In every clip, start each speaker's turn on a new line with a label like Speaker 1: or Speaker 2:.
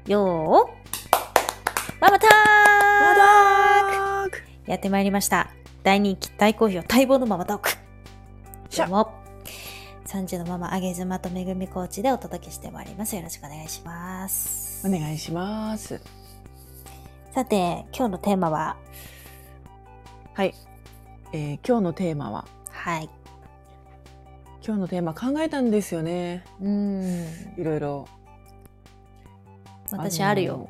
Speaker 1: よーママタークやってまいりました。大人気、大好評、待望のママトーク。どうも、3児のママ、あげずまとめぐみコーチでお届けしてまいります。よろしくお願いします。
Speaker 2: お願いします。
Speaker 1: さて、今日のテーマは
Speaker 2: はい、今日のテーマは今日のテーマ考えたんですよね。いろいろ。
Speaker 1: 私あるよ。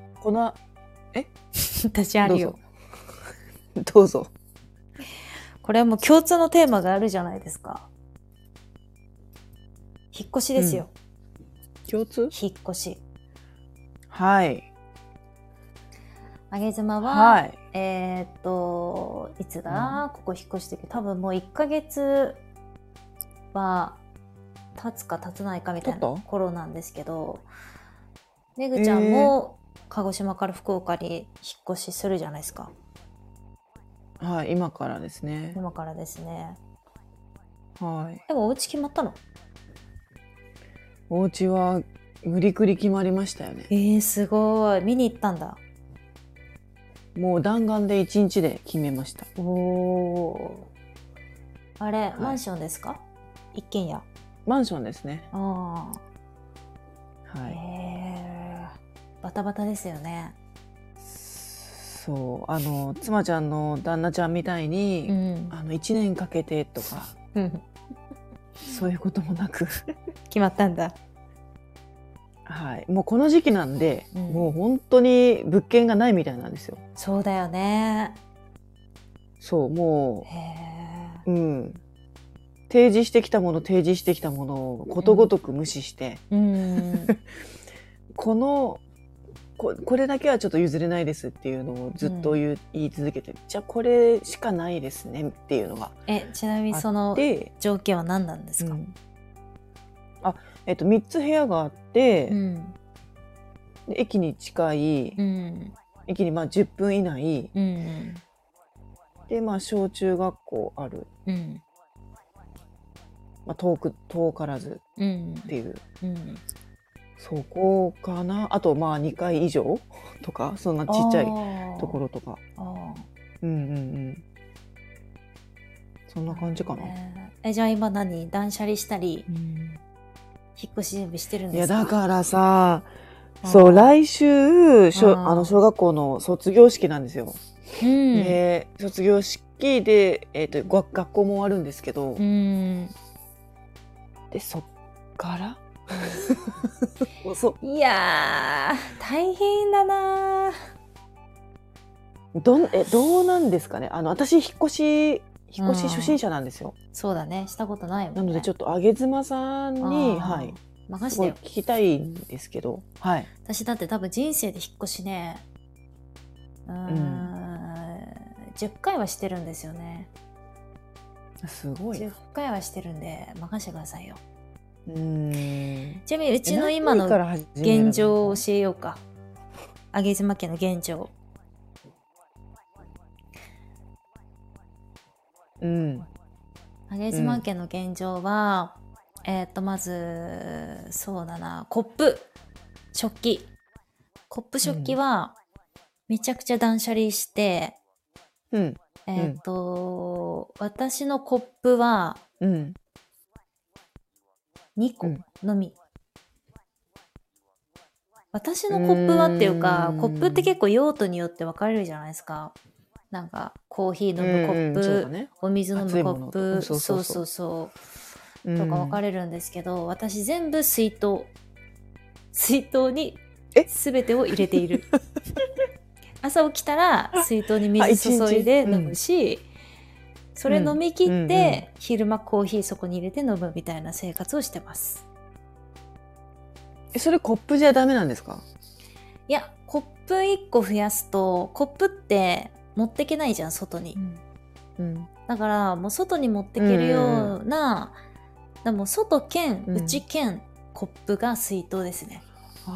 Speaker 1: 私あるよ。
Speaker 2: どうぞ。
Speaker 1: これはもう共通のテーマがあるじゃないですか。引っ越しですよ。
Speaker 2: 共通？
Speaker 1: 引っ越し。
Speaker 2: はい。
Speaker 1: あげずまは、
Speaker 2: はい、
Speaker 1: いつだ、ここ引っ越してきて、多分もう1ヶ月は経つか経つないかみたいな頃なんですけど、めぐちゃんも鹿児島から福岡に引っ越しするじゃないですか。
Speaker 2: はい、今からですね。
Speaker 1: 今からですね。
Speaker 2: はい。
Speaker 1: でもお家決まったの？
Speaker 2: お家は無理くり決まりましたよね。
Speaker 1: すごい。見に行ったんだ。
Speaker 2: もう弾丸で1日で決めました。
Speaker 1: あれ、マンションですか？一軒家。
Speaker 2: マンションですね。
Speaker 1: はい。バタバタですよね。
Speaker 2: そう、妻ちゃんの旦那ちゃんみたいに、1年かけてとか、そういうこともなく
Speaker 1: 決まったんだ。
Speaker 2: はい、もうこの時期なんで、もう本当に物件がないみたいなんですよ。
Speaker 1: そうだよね。
Speaker 2: そう、もう、提示してきたものをことごとく無視して、これだけはちょっと譲れないですっていうのをずっと言い続けて、じゃあこれしかないですねっていうのが
Speaker 1: ちなみにその条件は何なんですか
Speaker 2: ？3つ部屋があって、で駅に近い、駅に10分以内、で小中学校ある、遠からずっていう、そこかな。あと2階以上とか、そんなちっちゃいところとか、そんな感じかな。
Speaker 1: じゃあ今断捨離したり、引っ越し準備してるんですか？
Speaker 2: いやだからさ、そう、来週小学校の卒業式なんですよ。で卒業式で、学校も終わるんですけど、でそっから
Speaker 1: いやー大変だな。
Speaker 2: どうなんですかね。私引っ越し初心者なんですよ。
Speaker 1: そうだね、したことないもんね。
Speaker 2: なのでちょっとあげずまさんに
Speaker 1: 任せてよ。
Speaker 2: 聞きたいんですけど、
Speaker 1: 私だって多分人生で引っ越しね、10回はしてるんですよね。
Speaker 2: すごいな。
Speaker 1: 10回はしてるんで任せてくださいよ。ちなみにうちの
Speaker 2: 何
Speaker 1: 今の
Speaker 2: から始めるの？
Speaker 1: 現状を教えようか。あげずま家の現状。あげずま家の現状は、まずそうだな、食器はめちゃくちゃ断捨離して、私のコップは2個のみ。私のコップはっていうか、コップって結構用途によって分かれるじゃないですか。なんかコーヒー飲むコップ、お水飲むコップ、そうとか分かれるんですけど、私全部水筒に全てを入れている。朝起きたら水筒に水注いで飲むし、それ飲み切って昼間コーヒーそこに入れて飲むみたいな生活をしてます。
Speaker 2: それコップじゃダメなんですか？
Speaker 1: いや、コップ1個増やすと、コップって持ってけないじゃん、外に。だからもう外に持ってけるような、でも外兼内兼コップが水筒ですね。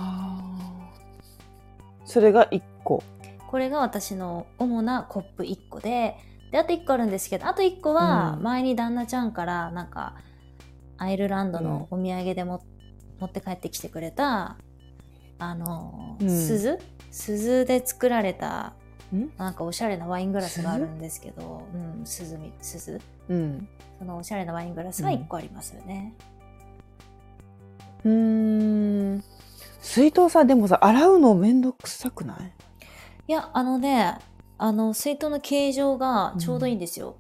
Speaker 2: それが1個。
Speaker 1: これが私の主なコップ1個で、あと1個あるんですけど、あと1個は前に旦那ちゃんからなんかアイルランドのお土産で持って帰ってきてくれた鈴で作られたなんかおしゃれなワイングラスがあるんですけど、鈴、そのおしゃれなワイングラスが1個ありますよね。
Speaker 2: 水筒さ、でもさ、洗うのめんどくさくない？
Speaker 1: いや、水筒の形状がちょうどいいんですよ。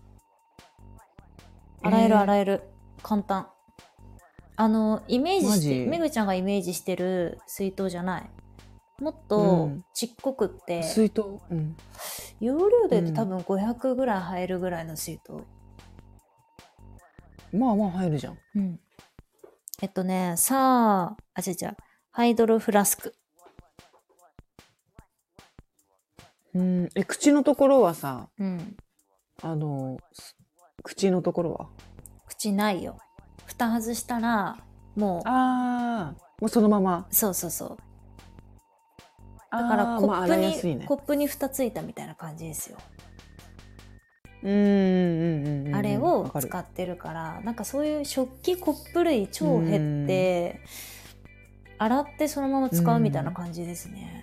Speaker 1: 洗える。簡単。イメージして、めぐちゃんがイメージしてる水筒じゃない。もっとちっこくって、
Speaker 2: 水筒、
Speaker 1: 容量で言うと多分500ぐらい入るぐらいの水筒。
Speaker 2: まあまあ入るじゃん。
Speaker 1: ハイドロフラスク。
Speaker 2: 口のところはさ、口のところは？
Speaker 1: 口ないよ。蓋外したら、もう。
Speaker 2: もうそのまま。
Speaker 1: そう。だからコップに蓋ついたみたいな感じですよ。あれを使ってるから、なんかそういう食器コップ類超減って、洗ってそのまま使うみたいな感じですね。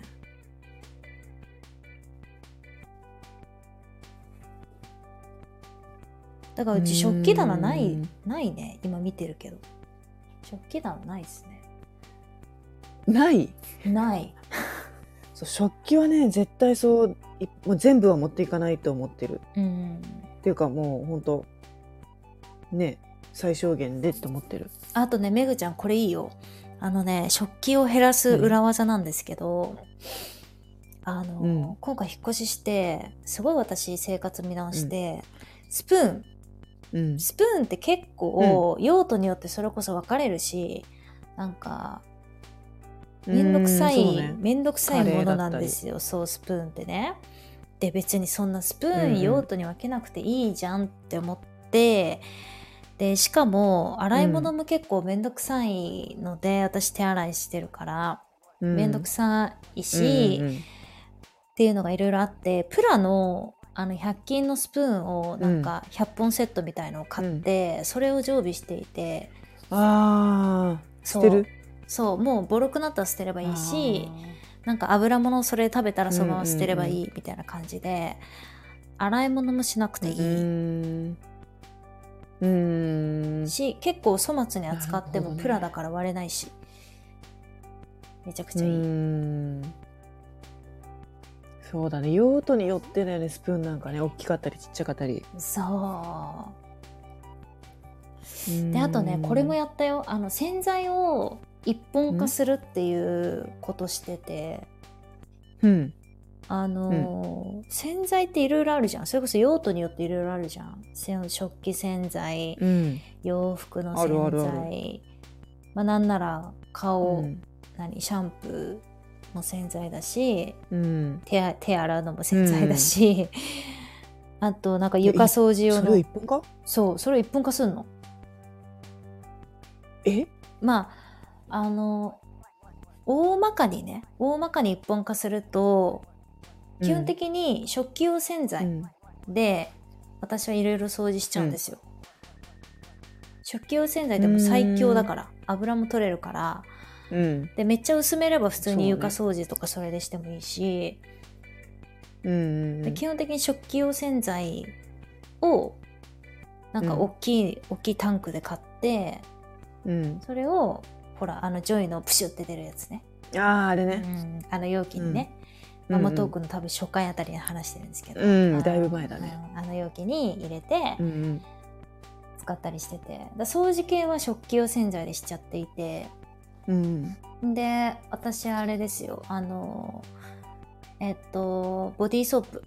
Speaker 1: だからうち食器棚ないね。今見てるけど。食器棚ないですね。
Speaker 2: ない。そう、食器はね、絶対もう全部は持っていかないと思ってる。っていうかもうほんとね、最小限でって思ってる。
Speaker 1: あとね、めぐちゃんこれいいよ。食器を減らす裏技なんですけど、今回引っ越ししてすごい私生活見直して、スプーンって結構、用途によってそれこそ分かれるし、なんかめんどくさいものなんですよ。そう、スプーンってね。で、別にそんなスプーン用途に分けなくていいじゃんって思って、でしかも洗い物も結構めんどくさいので、私手洗いしてるからめんどくさいし、っていうのがいろいろあって、プラの100均のスプーンをなんか100本セットみたいのを買って、それを常備していて、
Speaker 2: 捨てる？
Speaker 1: そう、もうボロくなったら捨てればいいし、なんか油物それ食べたらそのまま捨てればいいみたいな感じで、洗い物もしなくていいし、結構粗末に扱ってもプラだから割れないし、めちゃくちゃいい。
Speaker 2: そうだね、用途によってだよね。スプーンなんかね、大きかったりちっちゃかったり。
Speaker 1: そうで、あとね、これもやったよ。洗剤を一本化するっていうことしてて、洗剤っていろいろあるじゃん。それこそ用途によっていろいろあるじゃん。食器洗剤、洋服の洗剤、なんなら顔、シャンプーも洗剤だし、手洗うのも洗剤だし、あとなんか床掃除用の、
Speaker 2: それを一本化？
Speaker 1: そう、それを一本化すんの。大まかに一本化すると、基本的に食器用洗剤で、私はいろいろ掃除しちゃうんですよ。食器用洗剤でも最強だから、油も取れるから、でめっちゃ薄めれば普通に床掃除とかそれでしてもいいし、で基本的に食器用洗剤をなんか大きいタンクで買って、それをほらジョイのプシュって出るやつね。
Speaker 2: あれね。
Speaker 1: 容器にね。ママトークの多分初回あたりで話してるんですけど、
Speaker 2: だいぶ前だね。
Speaker 1: 容器に入れて使ったりしてて、掃除系は食器用洗剤でしちゃっていて、で私あれですよ、ボディーソープ、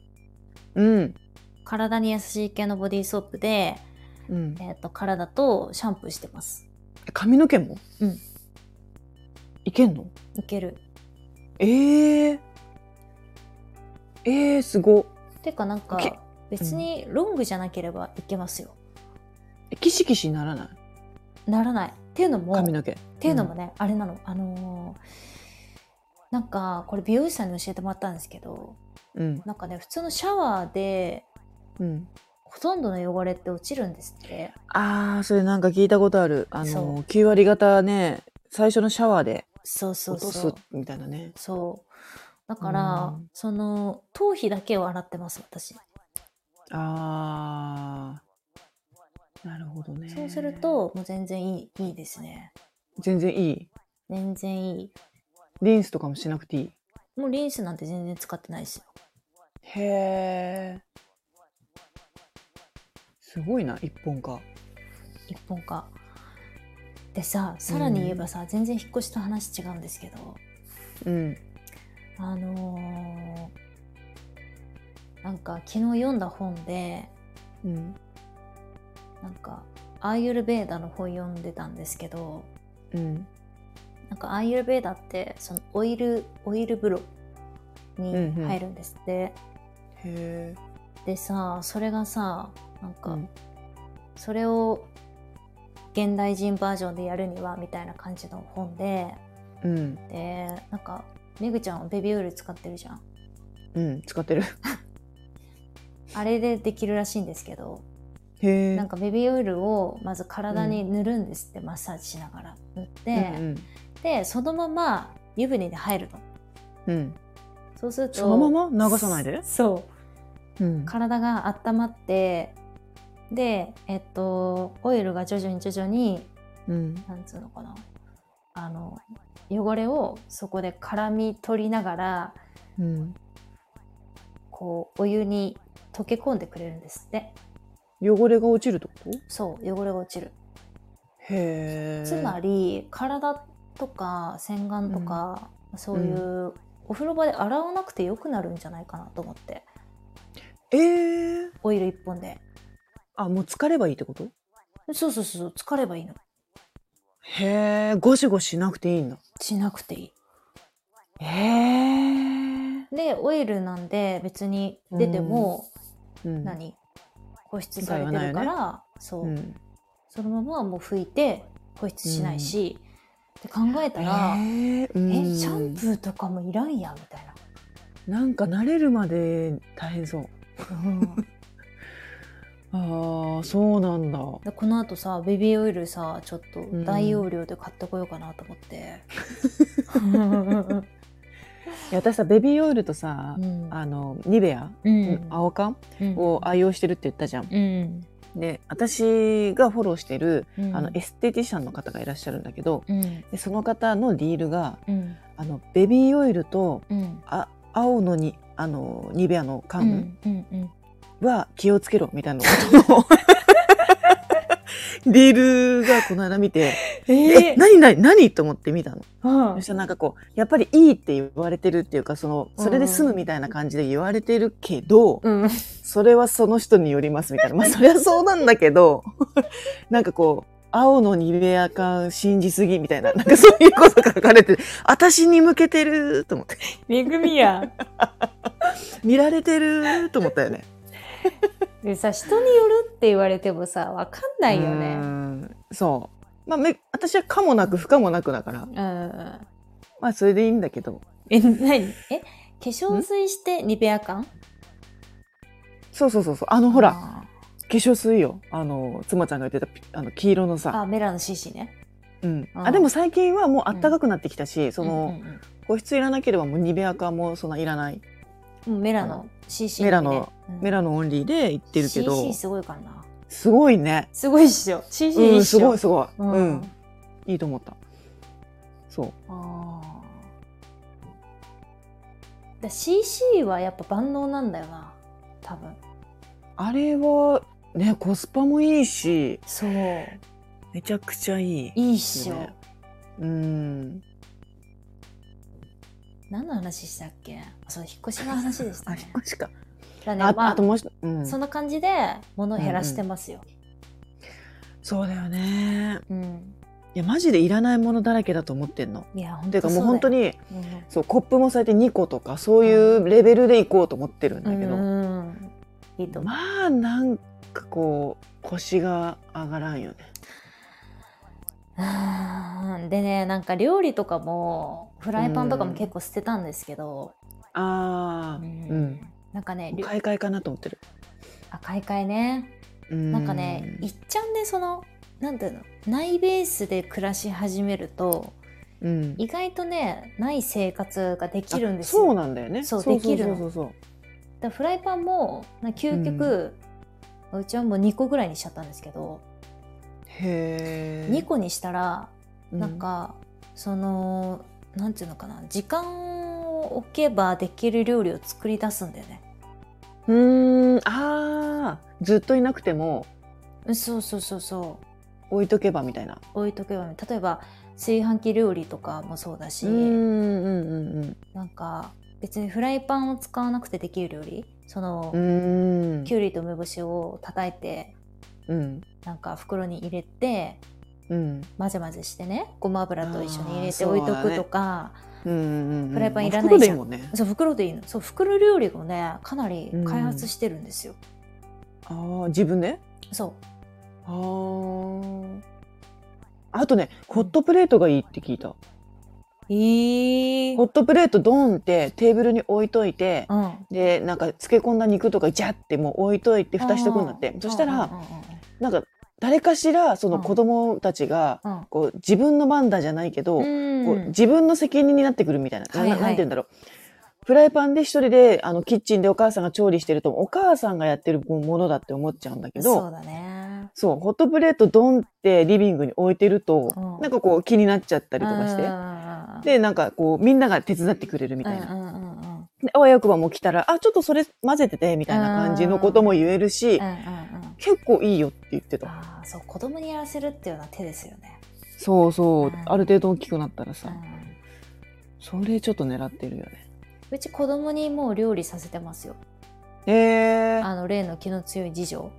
Speaker 1: 体に優しい系のボディーソープで、体とシャンプーしてます。
Speaker 2: 髪の毛も？いけんの？
Speaker 1: いける。
Speaker 2: すごっ。
Speaker 1: てかなんか別にロングじゃなければいけますよ。
Speaker 2: キシキシならない？
Speaker 1: ならない。っていうのも
Speaker 2: 髪の毛。
Speaker 1: っていうのもね、あれなの。なんかこれ美容師さんに教えてもらったんですけど、なんかね、普通のシャワーで、ほとんどの汚れって落ちるんですって。
Speaker 2: それなんか聞いたことある。9割方ね、最初のシャワーで
Speaker 1: そうそう
Speaker 2: 落とすみたいなね。
Speaker 1: そう。だから、その頭皮だけを洗ってます、私。
Speaker 2: あー、なるほどね。
Speaker 1: そうすると、もう全然いいですね。
Speaker 2: 全然いい。
Speaker 1: 全然いい。
Speaker 2: リンスとかもしなくていい。
Speaker 1: もうリンスなんて全然使ってないですよ。
Speaker 2: へー。すごいな、一本か。
Speaker 1: 一本か。でさ、さらに言えばさ、全然引っ越しと話違うんですけど、なんか昨日読んだ本で、なんかアーユルベーダの本読んでたんですけど、なんかアーユルベーダってそのオイル風呂に入るんですって。
Speaker 2: へー。
Speaker 1: でさ、それがさ、なんか、それを現代人バージョンでやるにはみたいな感じの本で、でなんかめぐちゃんはベビーオイル使ってるじゃん。
Speaker 2: 使ってる。
Speaker 1: あれでできるらしいんですけど、
Speaker 2: へー。
Speaker 1: なんかベビーオイルをまず体に塗るんですって、マッサージしながら塗って、でそのまま湯船に入るの。そうすると
Speaker 2: そのまま流さないで。
Speaker 1: そう、体が温まって、でオイルが徐々に、なんつうのかな、汚れをそこで絡み取りながら、こうお湯に溶け込んでくれるんですって。
Speaker 2: 汚れが落ちるってこと？
Speaker 1: そう、汚れが落ちる。
Speaker 2: へー。
Speaker 1: つまり体とか洗顔とか、そういうお風呂場で洗わなくてよくなるんじゃないかなと思って。オイル一本で。
Speaker 2: あ、もう浸かればいいってこと？
Speaker 1: そう浸かればいいの。
Speaker 2: へー、ゴシゴシしなくていいんだ。
Speaker 1: しなくていい。
Speaker 2: へー。
Speaker 1: でオイルなんで別に出ても、保湿されてるから、そう、そのままもう拭いて保湿しないし、って考えたら、シャンプーとかもいらんやみたい
Speaker 2: な。なんか慣れるまで大変そう。ああ、そうなんだ。
Speaker 1: この後さ、ベビーオイルさ、ちょっと大容量で買ってこようかなと思って。
Speaker 2: いや私さ、ベビーオイルとさ、ニベア、青缶を愛用してるって言ったじゃん。で、私がフォローしてる、エステティシャンの方がいらっしゃるんだけど、でその方のディールが、ベビーオイルと、青のにニベアの缶は気をつけろみたいなことをディールがこの間見て、何と思って見たの。そしたらなんかこうやっぱりいいって言われてるっていうか、それで済むみたいな感じで言われてるけど、それはその人によりますみたいな。まあそりゃそうなんだけど、なんかこう青のニベア感信じすぎみたいな、なんかそういうこと書かれて、私に向けてると思って。
Speaker 1: めぐみや。
Speaker 2: 見られてると思ったよね。
Speaker 1: でさ、人によるって言われてもさ、わかんないよね。
Speaker 2: そう。まあ、私は可もなく不可もなくだから。まあ、それでいいんだけど。
Speaker 1: 何？化粧水してニベア感？
Speaker 2: そう。ほら、化粧水よ。妻ちゃんが言ってた、黄色のさ。
Speaker 1: メラの CC ね。
Speaker 2: でも最近はもうあったかくなってきたし、保湿いらなければもうニベア感もそんないらない。
Speaker 1: メラの CC
Speaker 2: メラのオンリーで言ってるけど。
Speaker 1: CC すごいからな。
Speaker 2: すごいね。
Speaker 1: すごいっしょ。CC いいっしょ。
Speaker 2: すごい。いいと思った。そう。
Speaker 1: CC はやっぱ万能なんだよな、多分。
Speaker 2: あれはね、コスパもいいし、
Speaker 1: そう。
Speaker 2: めちゃくちゃいい。
Speaker 1: いいっしょ。何の話したっけ？そう、引っ越しの話でしたね。
Speaker 2: 引っ越しか。
Speaker 1: あともうそんな感じで物を減らしてますよ。
Speaker 2: そうだよね。いやマジでいらないものだらけだと思ってんの。
Speaker 1: いや
Speaker 2: ていうかもう本当に、そうコップもそうやって2個とかそういうレベルでいこうと思ってるんだけど、
Speaker 1: いいと思う。
Speaker 2: まあなんかこう腰が上がらんよね。
Speaker 1: でね、なんか料理とかもフライパンとかも結構捨てたんですけど、なんかね、
Speaker 2: 買い替えかなと思ってる。
Speaker 1: 買い替えね。なんかね、いっちゃんでなんていうの、内ベースで暮らし始めると、 意外とねない生活ができるんです
Speaker 2: よ。そうなんだよね。
Speaker 1: そうできるの。だフライパンも究極、うちはもう2個ぐらいにしちゃったんですけど、2個にしたらなんか、そのなんていうのかな、時間を置けばできる料理を作り出すんだよね。
Speaker 2: ずっといなくても、
Speaker 1: そう
Speaker 2: 置いとけばみたいな。
Speaker 1: 例えば炊飯器料理とかもそうだし、なんか別にフライパンを使わなくてできる料理、そのきゅうりと梅干しを叩いて、なんか袋に入れて、混ぜ混ぜしてね、ごま油と一緒に入れて置いとくとか、フライパンいらないじゃん。袋でいいもんね。そう、袋でいいの。そう、袋料理をねかなり開発してるんですよ。
Speaker 2: 自分で？
Speaker 1: そう。
Speaker 2: あとね、ホットプレートがいいって聞いた。ホットプレートドンってテーブルに置いといて、でなんか漬け込んだ肉とかジャってもう置いといて蓋しとくんだって。そしたらなんか誰かしらその子供たちがこう自分の番だじゃないけど、こう自分の責任になってくるみたいな。なんて言うんだろう。フライパンで一人でキッチンでお母さんが調理してるとお母さんがやってるものだって思っちゃうんだけど、
Speaker 1: そうだね。
Speaker 2: そう、ホットプレートドンってリビングに置いてると、なんかこう気になっちゃったりとかして、でなんかこうみんなが手伝ってくれるみたいな。であわよくばも来たらちょっとそれ混ぜててみたいな感じのことも言えるし、結構いいよって言ってた。
Speaker 1: そう、子供にやらせるっていうような手ですよね。
Speaker 2: そうそう、ある程度大きくなったらさ、それちょっと狙ってるよね。
Speaker 1: うち子供にもう料理させてますよ。例の気の強い次女。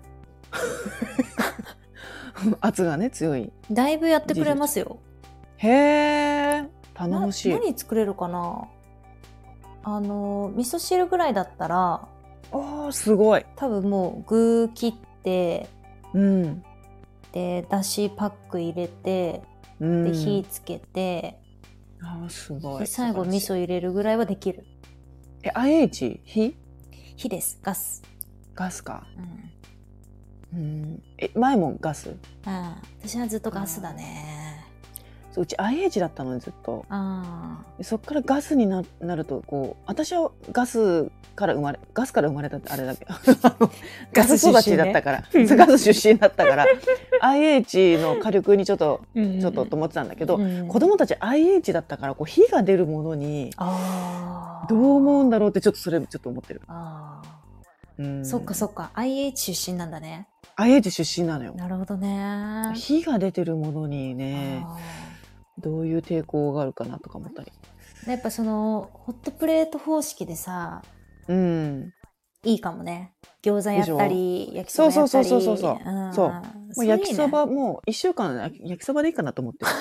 Speaker 2: 圧がね強い。
Speaker 1: だいぶやってくれますよ。
Speaker 2: 頼もしい。
Speaker 1: 何作れるかな。味噌汁ぐらいだったら、
Speaker 2: すごい。
Speaker 1: 多分もう具切って、でだしパック入れて、で火つけて、
Speaker 2: すごい。
Speaker 1: で最後味噌入れるぐらいはできる。
Speaker 2: IH？
Speaker 1: 火です。ガス
Speaker 2: か。前もガス？
Speaker 1: 私はずっとガスだね。
Speaker 2: うち IH だったのにずっと。そっからガスになるとこう、私はガスから生まれたってあれだけどガス育ちだったからガス出身だったから IH の火力にちょっとと思ってたんだけど、子供たち IH だったからこう火が出るものにどう思うんだろうってちょっとそれちょっと思ってる。
Speaker 1: そっか IH 出身なんだね。
Speaker 2: IH 出身なのよ。
Speaker 1: なるほどね。
Speaker 2: 火が出てるものにね、どういう抵抗があるかなとか思ったり。
Speaker 1: やっぱそのホットプレート方式でさ、いいかもね。餃子やったり焼きそばやったり。そう。も
Speaker 2: う焼きそばもう1週間焼きそばでいいかなと思ってる。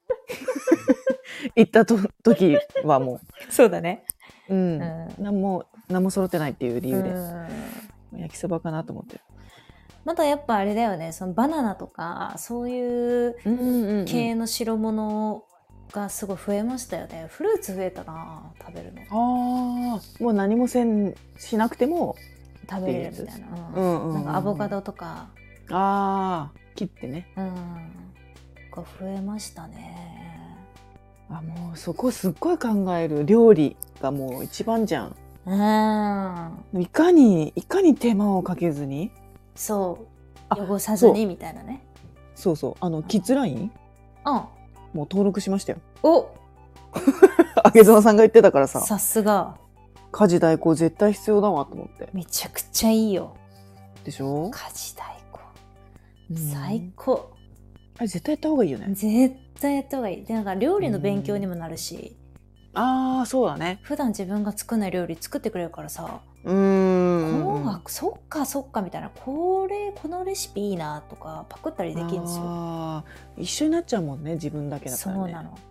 Speaker 2: 行った時はも
Speaker 1: う。そうだね。
Speaker 2: 何も揃ってないっていう理由で焼きそばかなと思ってる。
Speaker 1: まだやっぱあれだよね、そのバナナとかそういう系の白物がすごい増えましたよね。フルーツ増えたな、食べるの。
Speaker 2: もう何もしなくても
Speaker 1: 食べれるみたいな。なんかアボカドとか
Speaker 2: 切ってね、
Speaker 1: が増えましたね。
Speaker 2: もうそこすっごい考える。料理がもう一番じゃん。いかに手間をかけずに、
Speaker 1: 汚さずにみたいなね。
Speaker 2: キッズラインもう登録しましたよ。あげずまさんが言ってたからさ。
Speaker 1: さすが。
Speaker 2: 家事代行絶対必要だわと思って。
Speaker 1: めちゃくちゃいいよ。
Speaker 2: でしょ。
Speaker 1: 家事代行最高。
Speaker 2: あれ絶対やった方がいいよね。
Speaker 1: 絶対やった方がいい。でなんか料理の勉強にもなるし。
Speaker 2: そうだね。
Speaker 1: 普段自分が作んない料理作ってくれるからさ。そっかみたいな。このレシピいいなとかパクったりできるんですよ。
Speaker 2: 一緒になっちゃうもんね、自分だけだったらね。
Speaker 1: そうなの。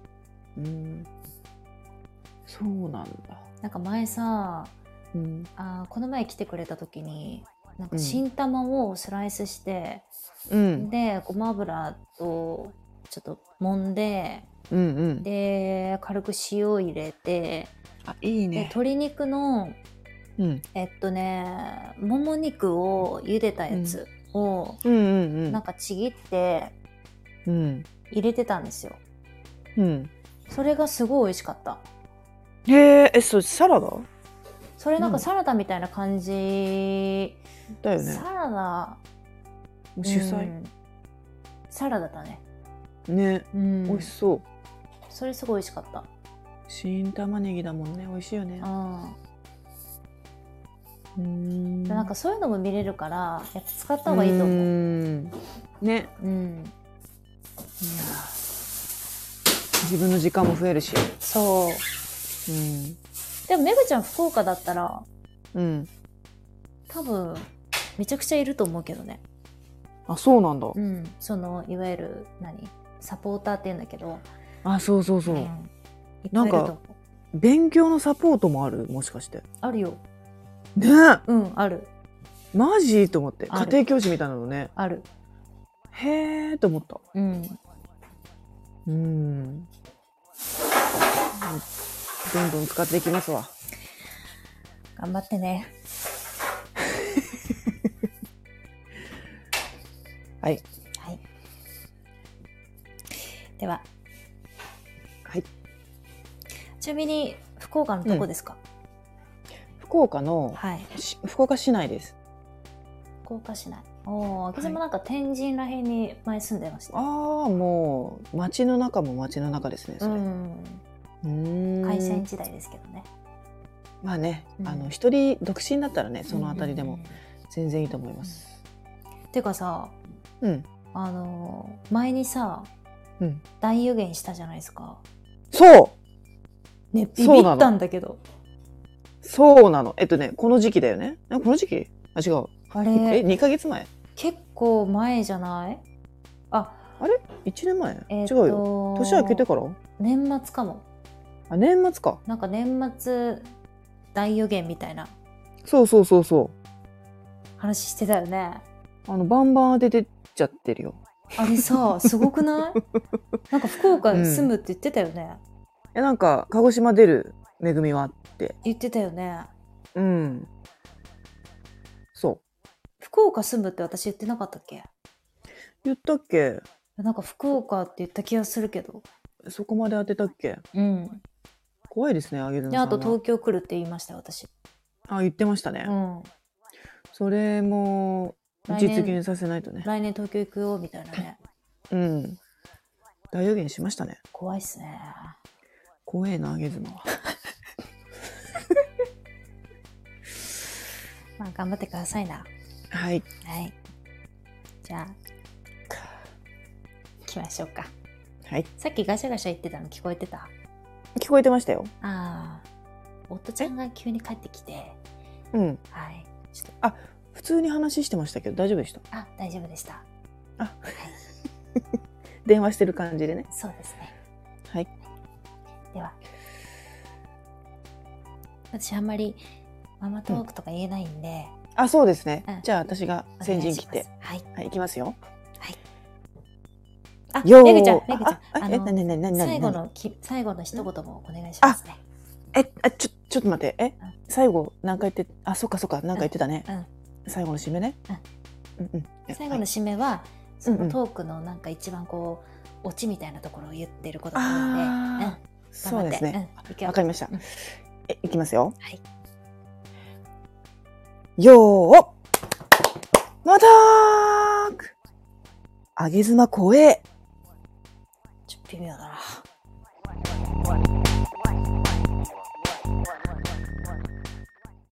Speaker 2: そうなんだ。
Speaker 1: なんか前さ、この前来てくれた時になんか新玉をスライスして、でごま油とちょっと揉んで、で軽く塩を入れて、
Speaker 2: いいね。
Speaker 1: で鶏肉のもも肉を茹でたやつをなんかちぎって入れてたんですよ。 それがすごい美味しかった。
Speaker 2: へえ、それサラダ？
Speaker 1: それなんかサラダみたいな感じ
Speaker 2: だよね。
Speaker 1: サラダ
Speaker 2: 主菜、
Speaker 1: サラダだね。
Speaker 2: ね、美味しそう。
Speaker 1: それすごい美味しかった。
Speaker 2: 新玉ねぎだもんね、美味しいよね。
Speaker 1: なんかそういうのも見れるからやっぱ使った方がいいと思う。
Speaker 2: ね。自分の時間も増えるし。
Speaker 1: そう。でもめぐちゃん福岡だったら、多分めちゃくちゃいると思うけどね。
Speaker 2: あ、そうなんだ。
Speaker 1: そのいわゆるサポーターって言うんだけど。
Speaker 2: あ、そう。なんか勉強のサポートもある？もしかして。
Speaker 1: あるよ。
Speaker 2: ね。
Speaker 1: ある。
Speaker 2: マジと思って。家庭教師みたいなのね。
Speaker 1: ある。
Speaker 2: へーと思った。どんどん使っていきますわ。
Speaker 1: 頑張ってね。
Speaker 2: はい。
Speaker 1: では。
Speaker 2: はい。
Speaker 1: ちなみに福岡のどこですか？
Speaker 2: 福岡の、福岡市内です。
Speaker 1: 福岡市内。私もなんか天神らへんに前住んでました。
Speaker 2: もう街の中も街の中ですね。それ。
Speaker 1: 会社員時代ですけどね。
Speaker 2: まあね、一人独身だったらね、そのあたりでも全然いいと思います。
Speaker 1: てかさ、前にさ、大予言したじゃないですか。
Speaker 2: そう
Speaker 1: ね、ビビったんだけど。
Speaker 2: そうなの。この時期だよね。この時期？あ、違う。
Speaker 1: あれ
Speaker 2: 2ヶ月前？
Speaker 1: 結構前じゃない？
Speaker 2: あれ ?1 年前？違うよ。年明けてから？
Speaker 1: 年末かも。
Speaker 2: あ、年末か。
Speaker 1: なんか年末大予言みたいな。
Speaker 2: そう。
Speaker 1: 話してたよね。
Speaker 2: バンバン当ててちゃってるよ。
Speaker 1: あれさ、すごくない？なんか福岡に住むって言ってたよね。
Speaker 2: なんか鹿児島出る恵みはって
Speaker 1: 言ってたよね。
Speaker 2: そう。
Speaker 1: 福岡住むって私言ってなかったっけ？
Speaker 2: 言ったっけ？
Speaker 1: なんか福岡って言った気がするけど。
Speaker 2: そこまで当てたっけ？怖いですね、あげずのさんは。
Speaker 1: あと東京来るって言いました私。
Speaker 2: 言ってましたね。それも実現させないとね。
Speaker 1: 来年東京行くよみたいなね。
Speaker 2: 大予言しましたね。
Speaker 1: 怖いっすね。
Speaker 2: 怖えな、あげずのは。
Speaker 1: まあ頑張ってくださいな。
Speaker 2: はい。
Speaker 1: じゃあ行きましょうか。さっきガシャガシャ言ってたの聞こえてた？
Speaker 2: 聞こえてましたよ。
Speaker 1: 夫ちゃんが急に帰ってきて。
Speaker 2: 普通に話してましたけど大丈夫でした？
Speaker 1: 大丈夫でした。
Speaker 2: 電話してる感じでね。
Speaker 1: そうですね。では、私あんまりママトークとか言えないんで。
Speaker 2: そうですね。じゃあ私が先陣切って。いきますよ。
Speaker 1: めぐちゃん、最後の一言もお願いしますね。
Speaker 2: ちょっと待って。最後なんか言って、そっかなんか言ってたね。最後の締めね。
Speaker 1: 最後の締めはそのトークのなんか一番こうオチみたいなところを言ってることなので、
Speaker 2: そうですね。わかりました。いきますよ。よーまたーくあげずま怖え。
Speaker 1: ちょっと微妙だな。